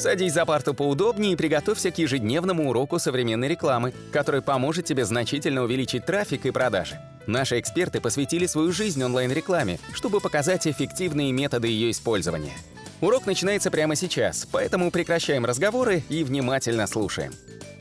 Садись за парту поудобнее и приготовься к ежедневному уроку современной рекламы, который поможет тебе значительно увеличить трафик и продажи. Наши эксперты посвятили свою жизнь онлайн-рекламе, чтобы показать эффективные методы ее использования. Урок начинается прямо сейчас, поэтому прекращаем разговоры и внимательно слушаем.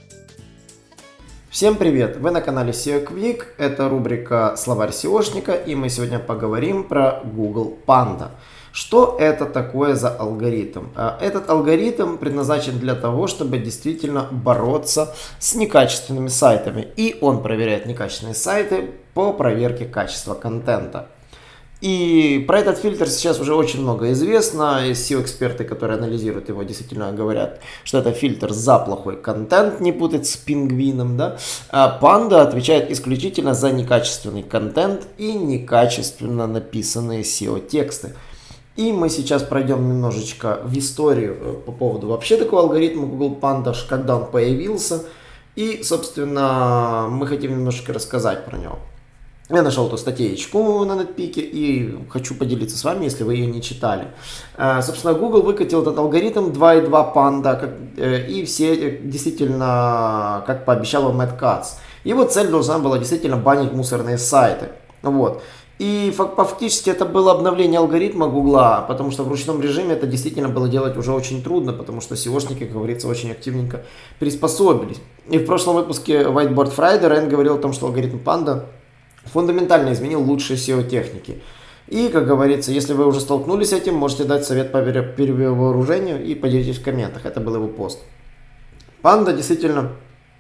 Всем привет! Вы на канале SEO Quick, это рубрика «Словарь SEOшника», и мы сегодня поговорим про Google Panda. Что это такое за алгоритм? Этот алгоритм предназначен для того, чтобы действительно бороться с некачественными сайтами. И он проверяет некачественные сайты по проверке качества контента. И про этот фильтр сейчас уже очень много известно. И SEO-эксперты, которые анализируют его, действительно говорят, что это фильтр за плохой контент, не путать с пингвином. Да? А Panda отвечает исключительно за некачественный контент и некачественно написанные SEO-тексты. И мы сейчас пройдем немножечко в историю по поводу вообще такого алгоритма Google Panda, когда он появился. И, собственно, мы хотим немножко рассказать про него. Я нашел эту статейку на NetPeak и хочу поделиться с вами, если вы ее не читали. Собственно, Google выкатил этот алгоритм 2.2 Panda, и все действительно, как пообещал Matt Cutts. Его цель должна была действительно банить мусорные сайты. Вот. И фактически это было обновление алгоритма Гугла, потому что в ручном режиме это действительно было делать уже очень трудно, потому что SEOшники, как говорится, очень активненько приспособились. И в прошлом выпуске Whiteboard Friday Райан говорил о том, что алгоритм Panda фундаментально изменил лучшие SEO-техники. И, как говорится, если вы уже столкнулись с этим, можете дать совет по перевооружению и поделитесь в комментах. Это был его пост. Panda действительно...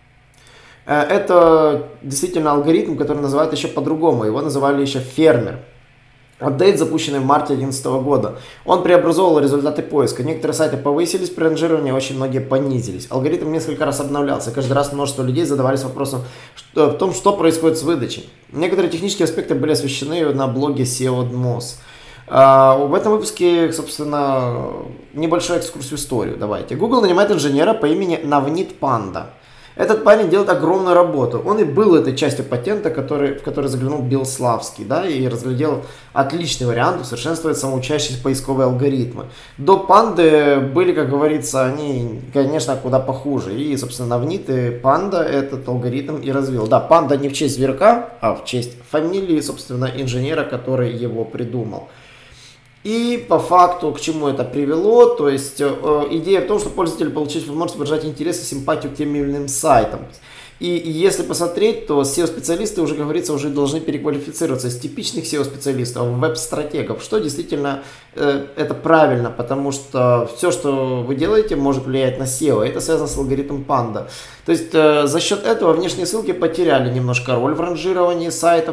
Это действительно алгоритм, который называют еще по-другому. Его называли еще фермер. Апдейт, запущенный в марте 2011 года. Он преобразовывал результаты поиска. Некоторые сайты повысились при ранжировании, очень многие понизились. Алгоритм несколько раз обновлялся. Каждый раз множество людей задавались вопросом в том, что происходит с выдачей. Некоторые технические аспекты были освещены на блоге SEO-DMOS. В этом выпуске, собственно, небольшой экскурс в историю. Давайте. Google нанимает инженера по имени Navneet Panda. Этот парень делает огромную работу. Он и был этой частью патента, в который заглянул Билл Славский, да, и разглядел отличный вариант усовершенствовать самоучащиеся поисковые алгоритмы. До Панды были, как говорится, они, конечно, куда похуже. И, собственно, Navneet и Panda этот алгоритм и развил. Да, Panda не в честь зверька, а в честь фамилии, собственно, инженера, который его придумал. И по факту, к чему это привело, то есть идея в том, что пользователь получит возможность выражать интерес и симпатию к тем или иным сайтам. И если посмотреть, то SEO-специалисты, уже, как говорится, уже должны переквалифицироваться из типичных SEO-специалистов в веб-стратегов, что действительно это правильно, потому что все, что вы делаете, может влиять на SEO, и это связано с алгоритмом Panda. То есть за счет этого внешние ссылки потеряли немножко роль в ранжировании сайтов,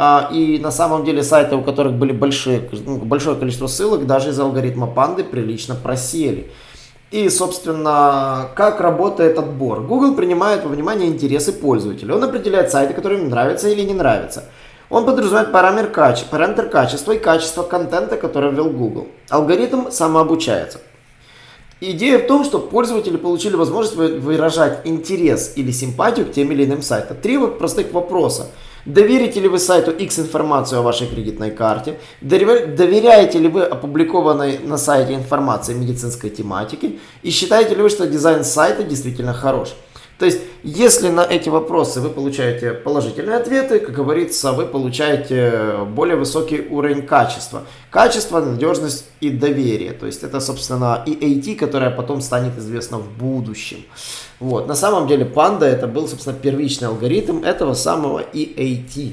и на самом деле сайты, у которых были большое количество ссылок, даже из-за алгоритма Panda прилично просели. И, собственно, как работает отбор? Google принимает во внимание интересы пользователя. Он определяет сайты, которые им нравятся или не нравятся. Он подразумевает параметр качества и качество контента, который ввел Google. Алгоритм самообучается. Идея в том, что пользователи получили возможность выражать интерес или симпатию к тем или иным сайтам. Три простых вопроса. Доверите ли вы сайту X информацию о вашей кредитной карте? Доверяете ли вы опубликованной на сайте информации медицинской тематики? И считаете ли вы, что дизайн сайта действительно хорош? То есть, если на эти вопросы вы получаете положительные ответы, как говорится, вы получаете более высокий уровень качества. Качество, надежность и доверие. То есть, это, собственно, EAT, которое потом станет известно в будущем. Вот. На самом деле, Panda это был, собственно, первичный алгоритм этого самого EAT.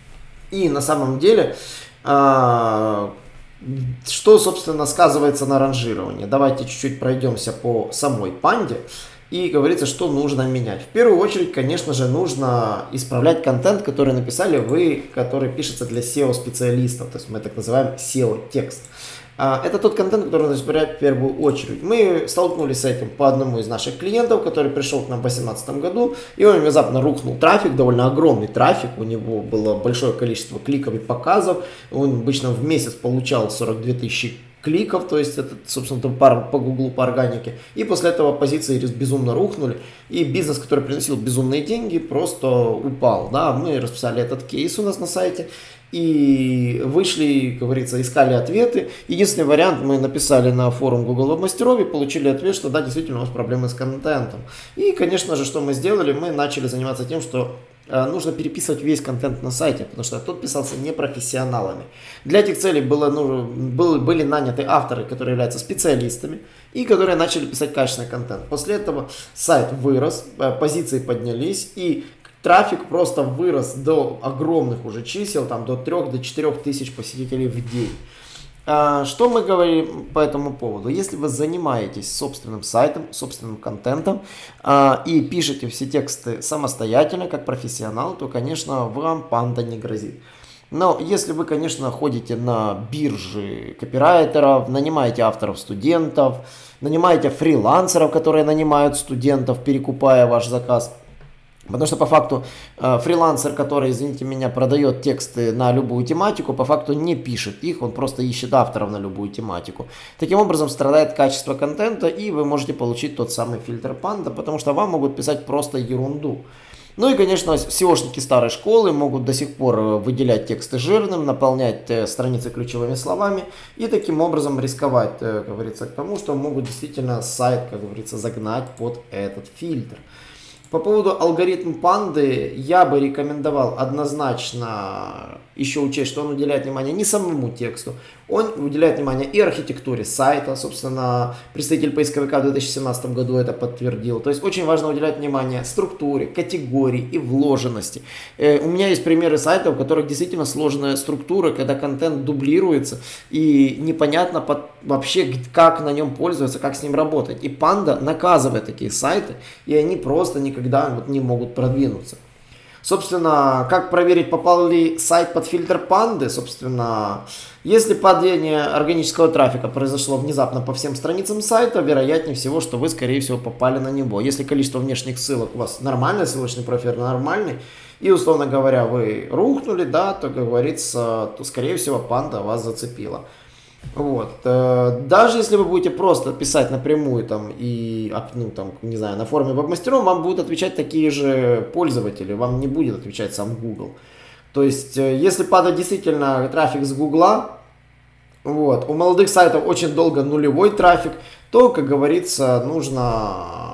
И на самом деле, что, собственно, сказывается на ранжировании? Давайте чуть-чуть пройдемся по самой Панде. И говорится, что нужно менять. В первую очередь, конечно же, нужно исправлять контент, который написали вы, который пишется для SEO-специалистов. То есть мы так называем SEO-текст. Это тот контент, который нужно исправлять в первую очередь. Мы столкнулись с этим по одному из наших клиентов, который пришел к нам в 2018 году. И он внезапно рухнул трафик, довольно огромный трафик. У него было большое количество кликов и показов. Он обычно в месяц получал 42 тысячи кликов, то есть это, собственно, по Гуглу, по органике. И после этого позиции безумно рухнули, и бизнес, который приносил безумные деньги, просто упал. Да, мы расписали этот кейс у нас на сайте, и вышли, как говорится, искали ответы. Единственный вариант, мы написали на форум Google Веб-мастеров и получили ответ, что да, действительно у нас проблемы с контентом. И, конечно же, что мы сделали, мы начали заниматься тем, что нужно переписывать весь контент на сайте, потому что тот писался непрофессионалами. Для этих целей были наняты авторы, которые являются специалистами и которые начали писать качественный контент. После этого сайт вырос, позиции поднялись, и трафик просто вырос до огромных уже чисел, там до 3-4 тысяч посетителей в день. Что мы говорим по этому поводу? Если вы занимаетесь собственным сайтом, собственным контентом и пишете все тексты самостоятельно, как профессионал, то, конечно, вам панда не грозит. Но если вы, конечно, ходите на биржи копирайтеров, нанимаете авторов-студентов, нанимаете фрилансеров, которые нанимают студентов, перекупая ваш заказ. Потому что по факту фрилансер, который, извините меня, продает тексты на любую тематику, по факту не пишет их, он просто ищет авторов на любую тематику. Таким образом страдает качество контента, и вы можете получить тот самый фильтр панда, потому что вам могут писать просто ерунду. Ну и, конечно, SEOшники старой школы могут до сих пор выделять тексты жирным, наполнять страницы ключевыми словами и таким образом рисковать, как говорится, к тому, что могут действительно сайт, как говорится, загнать под этот фильтр. По поводу алгоритма панды я бы рекомендовал однозначно еще учесть, что он уделяет внимание не самому тексту, он уделяет внимание и архитектуре сайта, собственно, представитель поисковика в 2017 году это подтвердил. То есть очень важно уделять внимание структуре, категории и вложенности. У меня есть примеры сайтов, у которых действительно сложная структура, когда контент дублируется и непонятно вообще, как на нем пользоваться, как с ним работать. И панда наказывает такие сайты, и они просто никогда не могут продвинуться. Собственно, как проверить, попал ли сайт под фильтр панды? Собственно, если падение органического трафика произошло внезапно по всем страницам сайта, вероятнее всего, что вы, скорее всего, попали на него. Если количество внешних ссылок у вас нормальный, ссылочный профиль нормальный, и, условно говоря, вы рухнули, да, то, как говорится, то, скорее всего, панда вас зацепила. Вот. Даже если вы будете просто писать напрямую там, и, не знаю, на форуме веб-мастеров, вам будут отвечать такие же пользователи, вам не будет отвечать сам Google. То есть, если падает действительно трафик с Гугла, вот, у молодых сайтов очень долго нулевой трафик, то, как говорится, нужно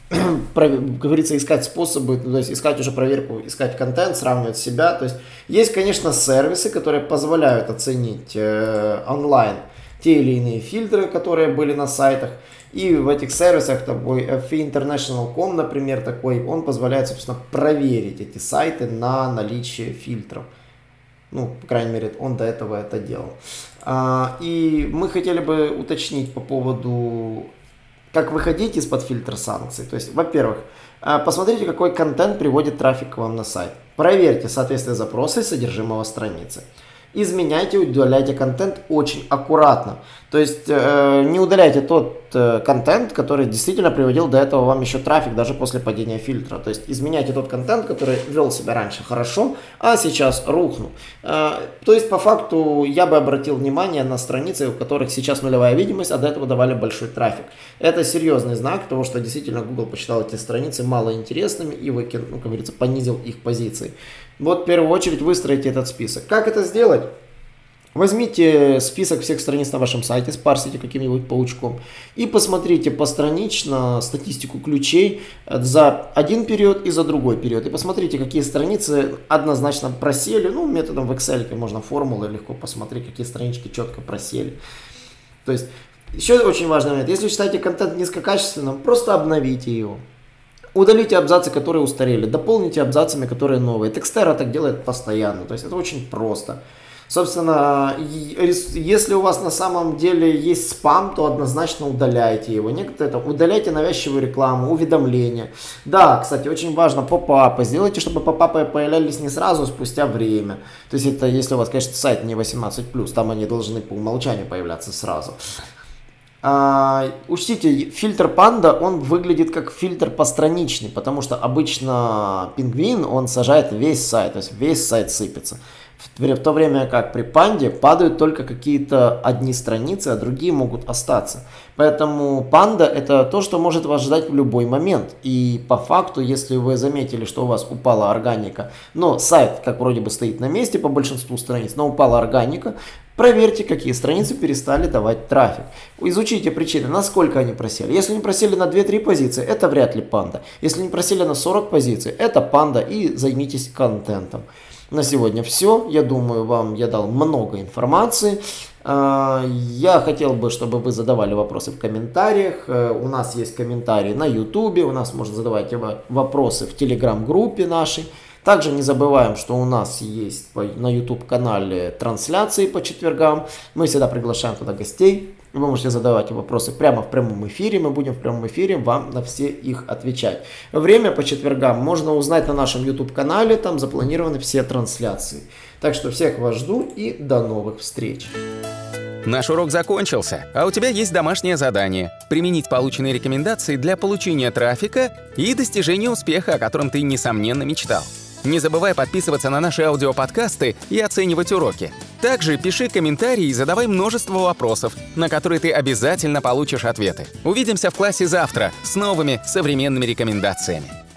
искать способы, то есть искать уже проверку, искать контент, сравнивать себя. То есть, конечно, сервисы, которые позволяют оценить онлайн те или иные фильтры, которые были на сайтах. И в этих сервисах, такой finternational.com, например, такой, он позволяет, собственно, проверить эти сайты на наличие фильтров. Ну, по крайней мере, он до этого это делал. И мы хотели бы уточнить по поводу, как выходить из-под фильтра санкций. То есть, во-первых, посмотрите, какой контент приводит трафик к вам на сайт. Проверьте соответствие запроса и содержимого страницы. Изменяйте, удаляйте контент очень аккуратно. То есть не удаляйте тот контент, который действительно приводил до этого вам еще трафик, даже после падения фильтра. То есть изменяйте тот контент, который вел себя раньше хорошо, а сейчас рухнул. То есть по факту я бы обратил внимание на страницы, у которых сейчас нулевая видимость, а до этого давали большой трафик. Это серьезный знак того, что действительно Google посчитал эти страницы малоинтересными и выкинул, как говорится, понизил их позиции. Вот в первую очередь выстроите этот список. Как это сделать? Возьмите список всех страниц на вашем сайте, спарсите каким-нибудь паучком и посмотрите постранично статистику ключей за один период и за другой период. И посмотрите, какие страницы однозначно просели. Ну, методом в Excel можно формулы легко посмотреть, какие странички четко просели. То есть, еще очень важный момент. Если вы считаете контент низкокачественным, просто обновите его. Удалите абзацы, которые устарели, дополните абзацами, которые новые. Текстера так делает постоянно, то есть это очень просто. Собственно, если у вас на самом деле есть спам, то однозначно удаляйте его. Некоторые удаляйте навязчивую рекламу, уведомления. Да, кстати, очень важно попапы. Сделайте, чтобы попапы появлялись не сразу, а спустя время. То есть это если у вас, конечно, сайт не 18+, там они должны по умолчанию появляться сразу. Учтите, фильтр панда, он выглядит как фильтр постраничный, потому что обычно пингвин, он сажает весь сайт, то есть весь сайт сыпется. В то время как при панде падают только какие-то одни страницы, а другие могут остаться. Поэтому панда это то, что может вас ждать в любой момент. И по факту, если вы заметили, что у вас упала органика, но сайт как вроде бы стоит на месте по большинству страниц, но упала органика, проверьте, какие страницы перестали давать трафик. Изучите причины, насколько они просели. Если они просели на 2-3 позиции, это вряд ли панда. Если они просели на 40 позиций, это панда, и займитесь контентом. На сегодня все. Я думаю, вам я дал много информации. Я хотел бы, чтобы вы задавали вопросы в комментариях. У нас есть комментарии на YouTube, у нас можно задавать вопросы в телеграм-группе нашей. Также не забываем, что у нас есть на YouTube-канале трансляции по четвергам. Мы всегда приглашаем туда гостей. Вы можете задавать вопросы прямо в прямом эфире. Мы будем в прямом эфире вам на все их отвечать. Время по четвергам можно узнать на нашем YouTube-канале. Там запланированы все трансляции. Так что всех вас жду и до новых встреч. Наш урок закончился, а у тебя есть домашнее задание – применить полученные рекомендации для получения трафика и достижения успеха, о котором ты, несомненно, мечтал. Не забывай подписываться на наши аудиоподкасты и оценивать уроки. Также пиши комментарии и задавай множество вопросов, на которые ты обязательно получишь ответы. Увидимся в классе завтра с новыми современными рекомендациями.